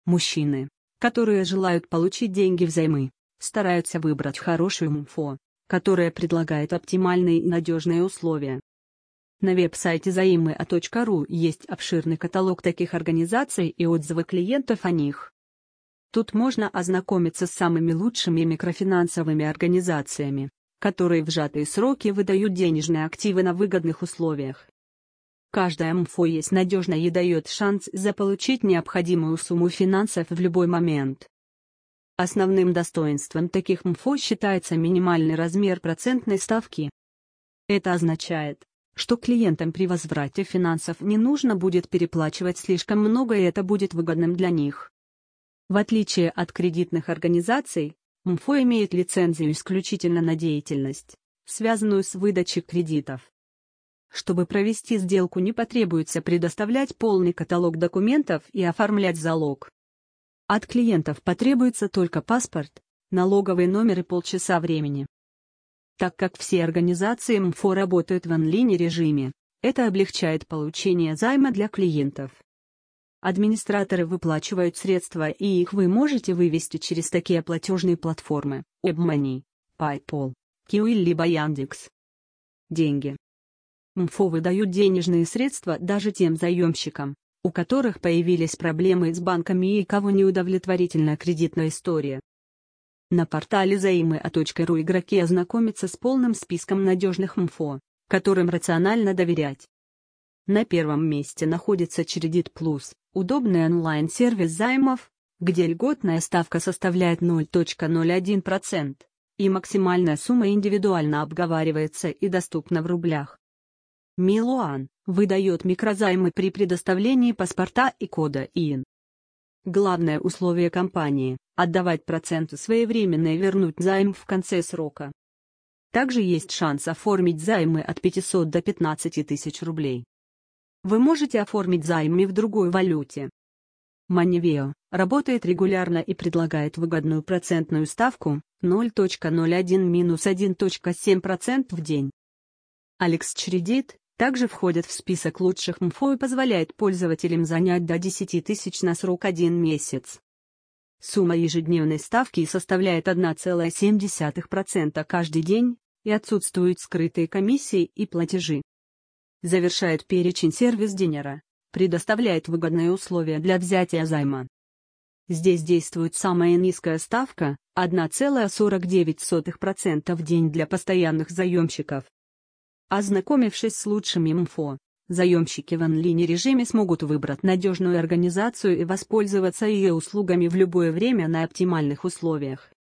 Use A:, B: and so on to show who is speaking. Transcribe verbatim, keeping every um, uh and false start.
A: Мужчины, которые желают получить деньги взаймы, стараются выбрать хорошую МФО, которая предлагает оптимальные и надежные условия. На веб-сайте займы точка ру есть обширный каталог таких организаций и отзывы клиентов о них. Тут можно ознакомиться с самыми лучшими микрофинансовыми организациями, которые в сжатые сроки выдают денежные активы на выгодных условиях. Каждая МФО есть надежно и дает шанс заполучить необходимую сумму финансов в любой момент. Основным достоинством таких МФО считается минимальный размер процентной ставки. Это означает, что клиентам при возврате финансов не нужно будет переплачивать слишком много, и это будет выгодным для них. В отличие от кредитных организаций, МФО имеет лицензию исключительно на деятельность, связанную с выдачей кредитов. Чтобы провести сделку, не потребуется предоставлять полный каталог документов и оформлять залог. От клиентов потребуется только паспорт, налоговый номер и полчаса времени. Так как все организации МФО работают в онлайн-режиме, это облегчает получение займа для клиентов. Администраторы выплачивают средства, и их вы можете вывести через такие платежные платформы: WebMoney, PayPal, Kiwi либо Яндекс. Деньги. МФО выдают денежные средства даже тем заемщикам, у которых появились проблемы с банками и кого неудовлетворительная кредитная история. На портале займы точка ру игроки ознакомятся с полным списком надежных МФО, которым рационально доверять. На первом месте находится Credit Plus, удобный онлайн-сервис займов, где льготная ставка составляет ноль целых ноль один процента, и максимальная сумма индивидуально обговаривается и доступна в рублях. Милуан выдает микрозаймы при предоставлении паспорта и кода ИИН. Главное условие компании – отдавать проценты своевременно и вернуть займ в конце срока. Также есть шанс оформить займы от пятисот до пятнадцати тысяч рублей. Вы можете оформить займ и в другой валюте. Moneyveo работает регулярно и предлагает выгодную процентную ставку ноль целых ноль один - один целых семь процента в день. Алекс Кредит также входит в список лучших МФО и позволяет пользователям занять до десяти тысяч на срок один месяц. Сумма ежедневной ставки составляет одна целая семь десятых процента каждый день, и отсутствуют скрытые комиссии и платежи. Завершает перечень сервис Dinero, предоставляет выгодные условия для взятия займа. Здесь действует самая низкая ставка – одна целая сорок девять сотых процента в день для постоянных заемщиков. Ознакомившись с лучшими МФО, заемщики в онлайн-режиме смогут выбрать надежную организацию и воспользоваться ее услугами в любое время на оптимальных условиях.